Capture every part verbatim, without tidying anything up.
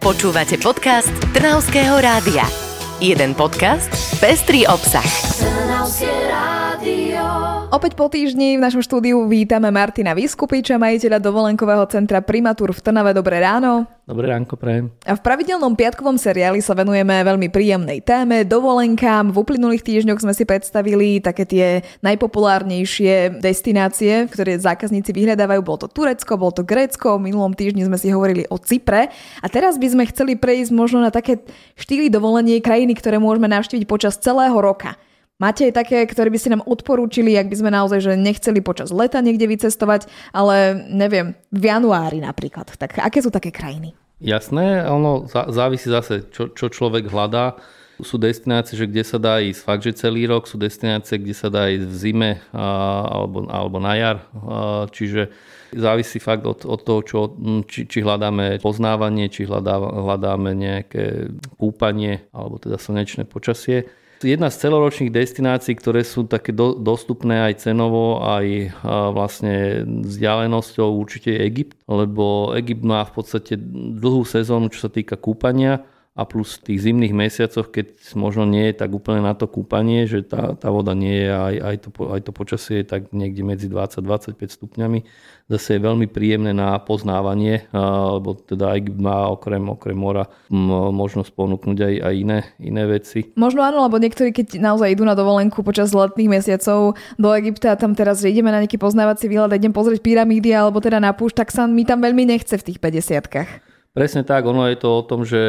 Počúvate podcast Trnavského rádia. Jeden podcast, pestrý obsah. Trnavské rádio. Opäť po týždni v našom štúdiu vítame Martina Vyskupiča, majiteľa dovolenkového centra Primatur v Trnave. Dobré ráno. Dobré ránko, prajem. A v pravidelnom piatkovom seriáli sa venujeme veľmi príjemnej téme, dovolenkám. V uplynulých týždňoch sme si predstavili také tie najpopulárnejšie destinácie, ktoré zákazníci vyhľadávajú. Bolo to Turecko, bolo to Grécko, v minulom týždni sme si hovorili o Cypre. A teraz by sme chceli prejsť možno na také štýly dovolenie krajiny, ktoré môžeme navštíviť počas celého roka. Máte aj také, ktoré by ste nám odporúčili, ak by sme naozaj že nechceli počas leta niekde vycestovať, ale neviem, v januári napríklad. Tak aké sú také krajiny? Jasné, ono závisí zase, čo, čo človek hľadá. Sú destinácie, že kde sa dá ísť fakt, že celý rok, sú destinácie, kde sa dá ísť v zime a, alebo, alebo na jar. A, čiže závisí fakt od, od toho, čo, či, či hľadáme poznávanie, či hľadá, hľadáme nejaké kúpanie alebo teda slnečné počasie. Jedna z celoročných destinácií, ktoré sú také do, dostupné aj cenovo, aj vlastne vzdialenosťou, určite je Egypt, lebo Egypt má v podstate dlhú sezónu, čo sa týka kúpania, a plus v tých zimných mesiacoch, keď možno nie je tak úplne na to kúpanie, že tá, tá voda nie je, aj, aj, to, aj to počasie je tak niekde medzi dvadsať až dvadsaťpäť stupňami. Zase je veľmi príjemné na poznávanie, lebo teda Egypt má okrem, okrem mora možnosť ponúknuť aj, aj iné, iné veci. Možno áno, lebo niektorí, keď naozaj idú na dovolenku počas letných mesiacov do Egypta, tam teraz, že ideme na nejaký poznávací výlet, idem pozrieť pyramídy alebo teda na púšť, tak sa mi tam veľmi nechce v tých päťdesiatkách. Presne tak, ono je to o tom, že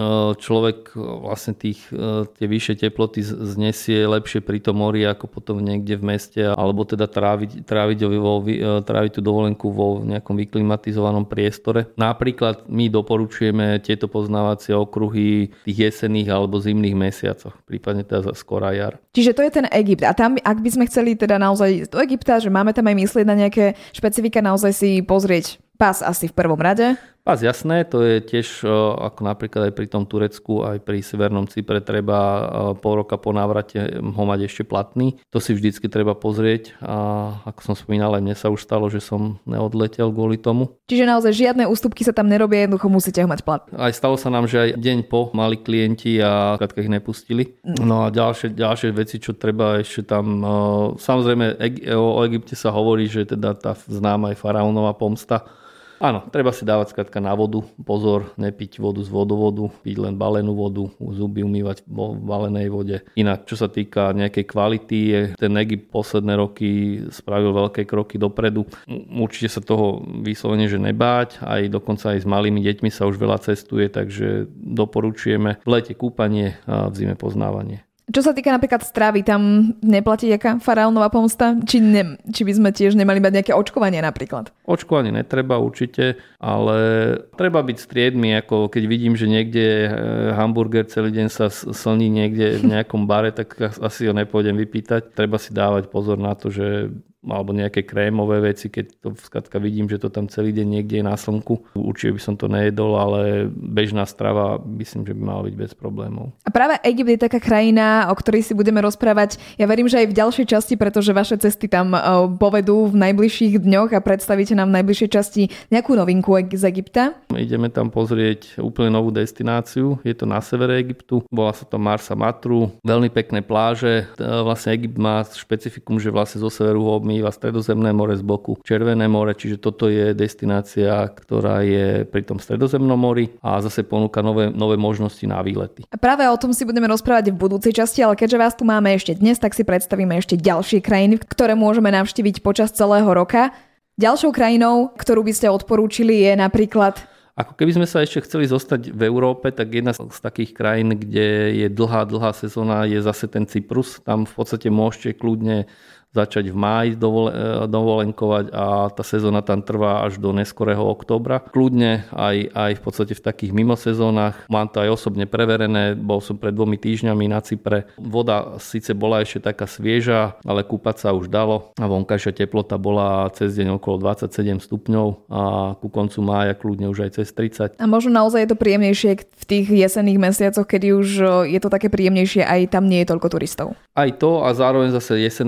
človek vlastne tých, tie vyššie teploty znesie lepšie pri tom mori ako potom niekde v meste, alebo teda tráviť, tráviť, vo, tráviť tú dovolenku vo nejakom vyklimatizovanom priestore. Napríklad my doporučujeme tieto poznávacie okruhy tých jesenných alebo zimných mesiacoch, prípadne teda skorá jar. Čiže to je ten Egypt. A tam, ak by sme chceli teda naozaj do Egypta, že máme tam aj myslieť na nejaké špecifika, naozaj si pozrieť pás asi v prvom rade? Pás jasné, to je tiež ako napríklad aj pri tom Turecku, aj pri Severnom Cypre treba pol roka po návrate ho mať ešte platný. To si vždycky treba pozrieť a ako som spomínal, aj mne sa už stalo, že som neodletel kvôli tomu. Čiže naozaj žiadne ústupky sa tam nerobia, jednoducho musíte ho mať platný. Aj stalo sa nám, že aj deň po mali klienti a krátka ich nepustili. No a ďalšie, ďalšie veci, čo treba ešte tam, samozrejme o Egypte sa hovorí, že teda tá známa aj faraónova pomsta. Áno, treba si dávať skrátka na vodu. Pozor, nepiť vodu z vodovodu, piť len balenú vodu, zuby umývať v balenej vode. Inak, čo sa týka nejakej kvality, je ten Egypt posledné roky spravil veľké kroky dopredu. Určite sa toho vyslovene, že nebáť. Aj dokonca aj s malými deťmi sa už veľa cestuje, takže doporučujeme v lete kúpanie a v zime poznávanie. Čo sa týka napríklad stravy, tam neplatí jaká faraónova pomsta? Či, ne, či by sme tiež nemali mať nejaké očkovanie napríklad? Očkovanie netreba určite, ale treba byť striedmy, ako keď vidím, že niekde hamburger celý deň sa slní niekde v nejakom bare, tak asi ho nepôjdem vypýtať. Treba si dávať pozor na to, že alebo nejaké krémové veci, keď to skrátka vidím, že to tam celý deň niekde je na slnku. Určite by som to nejedol, ale bežná strava myslím, že by mala byť bez problémov. A práve Egypt je taká krajina, o ktorej si budeme rozprávať. Ja verím, že aj v ďalšej časti, pretože vaše cesty tam povedú v najbližších dňoch a predstavíte nám v najbližšej časti nejakú novinku z Egypta. Ideme tam pozrieť úplne novú destináciu. Je to na severe Egyptu. Volá sa to Marsa Matru. Veľmi pekné pláže. Vlastne Egypt má špecifikum, že vlastne zo severu ho obmýva Stredozemné more z boku, Červené more, čiže toto je destinácia, ktorá je pri tom Stredozemnom mori a zase ponúka nové, nové možnosti na výlety. A práve o tom si budeme rozprávať v budúcej časti, ale keďže vás tu máme ešte dnes, tak si predstavíme ešte ďalšie krajiny, ktoré môžeme navštíviť počas celého roka. Ďalšou krajinou, ktorú by ste odporúčili, je napríklad... Ako keby sme sa ešte chceli zostať v Európe, tak jedna z takých krajín, kde je dlhá, dlhá sezóna, je zase ten Cyprus. Tam v podstate môžete kľudne začať v máji dovolenkovať a tá sezóna tam trvá až do neskorého októbra. Kľudne aj, aj v podstate v takých mimosezónach. Mám to aj osobne preverené, bol som pred dvomi týždňami na Cypre. Voda síce bola ešte taká svieža, ale kúpať sa už dalo a vonkajšia teplota bola cez deň okolo dvadsaťsedem stupňov a ku koncu mája kľudne už aj cez tridsať. A možno naozaj je to príjemnejšie v tých jesenných mesiacoch, kedy už je to také príjemnejšie, aj tam nie je toľko turistov. Aj to a zároveň zase jesenné mesiace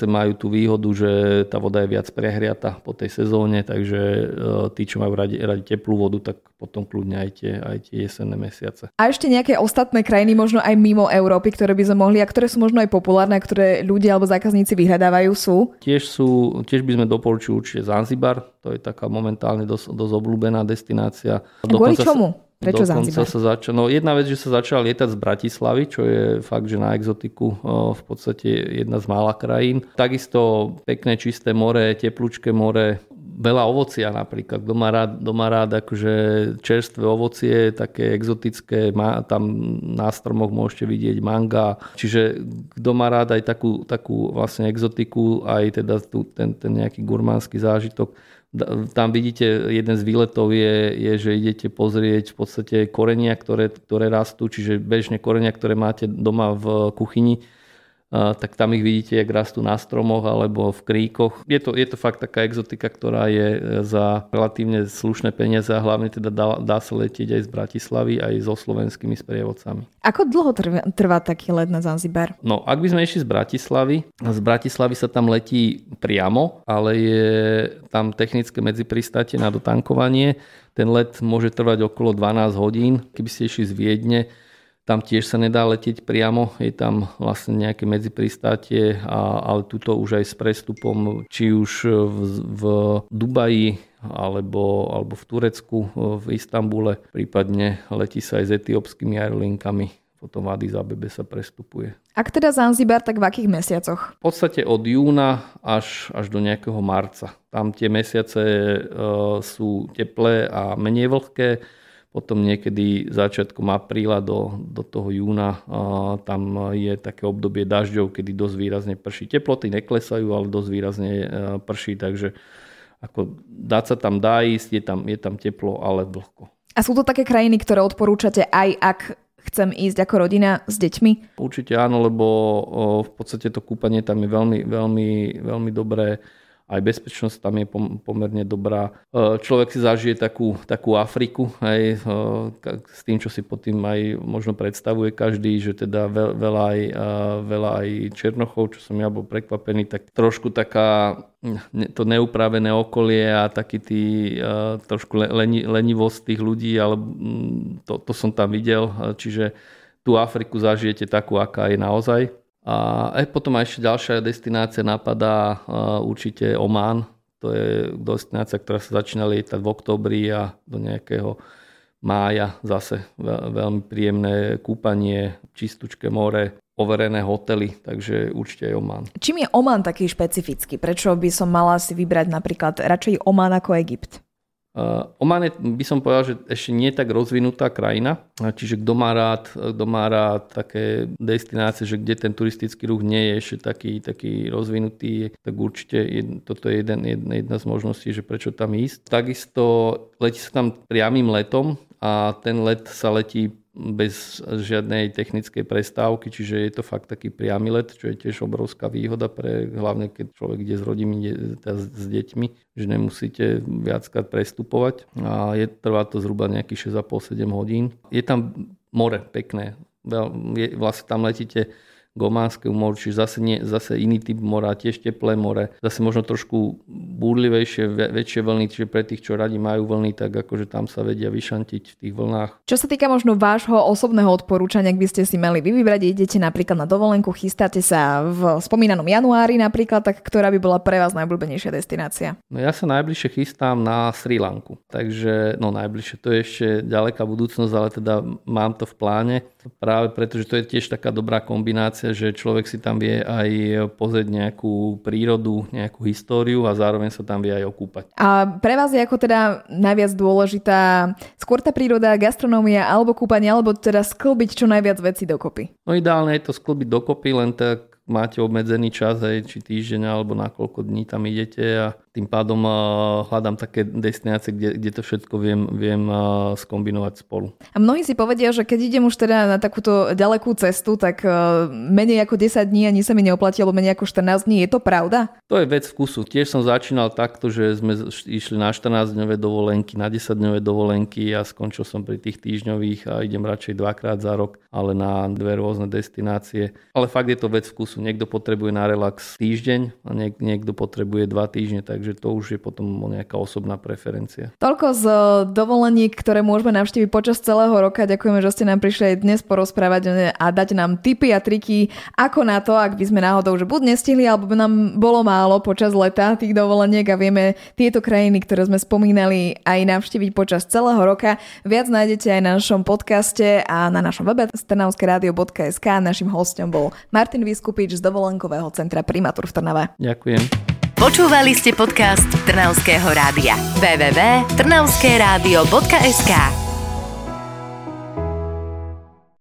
zase majú tú výhodu, že tá voda je viac prehriata po tej sezóne, takže tí, čo majú radi, radi teplú vodu, tak potom kľudne aj tie, aj tie jesenné mesiace. A ešte nejaké ostatné krajiny, možno aj mimo Európy, ktoré by sme mohli a ktoré sú možno aj populárne, ktoré ľudia alebo zákazníci vyhľadávajú, sú? Tiež sú, tiež by sme doporučili určite Zanzibar, to je taká momentálne dosť, dosť obľúbená destinácia. Kvôli čomu? Prečo Zanzibar? Sa začal, no jedna vec, že sa začal lietať z Bratislavy, čo je fakt, že na exotiku v podstate jedna z mála krajín. Takisto pekné čisté more, teplúčké more, veľa ovocia napríklad. Kto má rád, kto má rád akože čerstvé ovocie, také exotické, tam na stromoch môžete vidieť manga. Čiže kto má rád aj takú, takú vlastne exotiku, aj teda tu, ten, ten nejaký gurmánsky zážitok. Tam vidíte, jeden z výletov je, je, že idete pozrieť v podstate korenia, ktoré, ktoré rastú, čiže bežne korenia, ktoré máte doma v kuchyni, tak tam ich vidíte, jak rastú na stromoch alebo v kríkoch. Je to, je to fakt taká exotika, ktorá je za relatívne slušné peniaze a hlavne teda dá, dá sa letieť aj z Bratislavy, aj so slovenskými sprievodcami. Ako dlho trvá, trvá taký let na Zanzibar? No, ak by sme išli z Bratislavy, z Bratislavy sa tam letí priamo, ale je tam technické medzipristátie na dotankovanie. Ten let môže trvať okolo dvanásť hodín. Keby ste išli z Viedne, tam tiež sa nedá letieť priamo, je tam vlastne nejaké medzipristátie, a, ale tuto už aj s prestupom, či už v, v Dubaji, alebo, alebo v Turecku, v Istanbule, prípadne letí sa aj s etiópskymi aerolinkami, potom v Addis Abebe sa prestupuje. Ak teda Zanzibar, tak v akých mesiacoch? V podstate od júna až, až do nejakého marca. Tam tie mesiace e, sú teplé a menej vlhké. Potom niekedy začiatkom apríla do, do toho júna a tam je také obdobie dažďov, kedy dosť výrazne prší. Teploty neklesajú, ale dosť výrazne prší, takže ako dať sa tam dá ísť, je tam, je tam teplo, ale vlhko. A sú to také krajiny, ktoré odporúčate aj ak chcem ísť ako rodina s deťmi? Určite áno, lebo v podstate to kúpanie tam je veľmi, veľmi, veľmi dobré. Aj bezpečnosť tam je pomerne dobrá. Človek si zažije takú, takú Afriku, aj s tým, čo si pod tým aj možno predstavuje každý, že teda veľa aj, veľa aj Černochov, čo som ja bol prekvapený, tak trošku taká to neupravené okolie a taký tý, trošku leni, lenivosť tých ľudí, ale to, to som tam videl. Čiže tú Afriku zažijete takú, aká je naozaj. A aj potom aj ešte ďalšia destinácia napadá určite Oman. To je destinácia, ktorá sa začína lietať v októbri a do nejakého mája zase veľmi príjemné kúpanie, čistúčke more, overené hotely, takže určite aj Oman. Čím je Oman taký špecifický? Prečo by som mala si vybrať napríklad radšej Oman ako Egypt? Uh, Oman je, by som povedal, že ešte nie tak rozvinutá krajina, čiže kto má rád, kto má rád také destinácie, že kde ten turistický ruch nie je ešte taký, taký rozvinutý, tak určite je, toto je jeden, jedna, jedna z možností, že prečo tam ísť. Takisto letí sa tam priamym letom a ten let sa letí bez žiadnej technickej prestávky, čiže je to fakt taký priamy let, čo je tiež obrovská výhoda pre hlavne keď človek ide s rodinami, s deťmi, že nemusíte viackrát prestupovať a je, trvá to zhruba nejakých šesť a pol až sedem hodín. Je tam more pekné, je, vlastne tam letíte k Omanskému moru, čiže zase, nie, zase iný typ mora, tiež teplé more, zase možno trošku búrlivejšie, väčšie vlny, čiže pre tých, čo radi majú vlny, tak akože tam sa vedia vyšantiť v tých vlnách. Čo sa týka možno vášho osobného odporúčania, ak by ste si mali vy vybrať, idete napríklad na dovolenku, chystáte sa v spomínanom januári napríklad, tak ktorá by bola pre vás najobľúbenejšia destinácia? No ja sa najbližšie chystám na Srí Lanku, takže no najbližšie, to je ešte ďaleká budúcnosť, ale teda mám to v pláne, práve preto, že to je tiež taká dobrá kombinácia, že človek si tam vie aj pozrieť nejakú prírodu, nejakú históriu a zároveň sa tam vie aj okúpať. A pre vás je ako teda najviac dôležitá skôr tá príroda, gastronómia alebo kúpanie, alebo teda sklbiť čo najviac vecí dokopy? No ideálne je to sklbiť dokopy, len tak máte obmedzený čas, aj či týždeň alebo na koľko dní tam idete a Tým pádom hľadám také destinácie, kde, kde to všetko viem, viem skombinovať spolu. A mnohí si povedia, že keď idem už teda na takúto ďalekú cestu, tak menej ako desať dní ani sa mi neoplatilo, menej ako štrnásť dní. Je to pravda? To je vec vkusu. Tiež som začínal takto, že sme išli na štrnásťdňové dovolenky, na desaťdňové dovolenky a skončil som pri tých týždňových a idem radšej dvakrát za rok, ale na dve rôzne destinácie. Ale fakt je to vec vkusu. Niekto potrebuje na relax týždeň a niek- niekto potrebuje dva týždne, takže to už je potom nejaká osobná preferencia. Toľko z dovolení, ktoré môžeme navštíviť počas celého roka. Ďakujeme, že ste nám prišli aj dnes porozprávať a dať nám tipy a triky, ako na to, ak by sme náhodou že buď nestihli, alebo by nám bolo málo počas leta tých dovoleniek a vieme tieto krajiny, ktoré sme spomínali, aj navštíviť počas celého roka. Viac nájdete aj na našom podcaste a na našom webe trnavské rádio bodka es ká. Naším hosťom bol Martin Vyskupič z dovolenkového centra Primatur v Trnave. Ďakujem. Počúvali ste podcast Trnavského rádia. w w w bodka trnavské rádio bodka es ká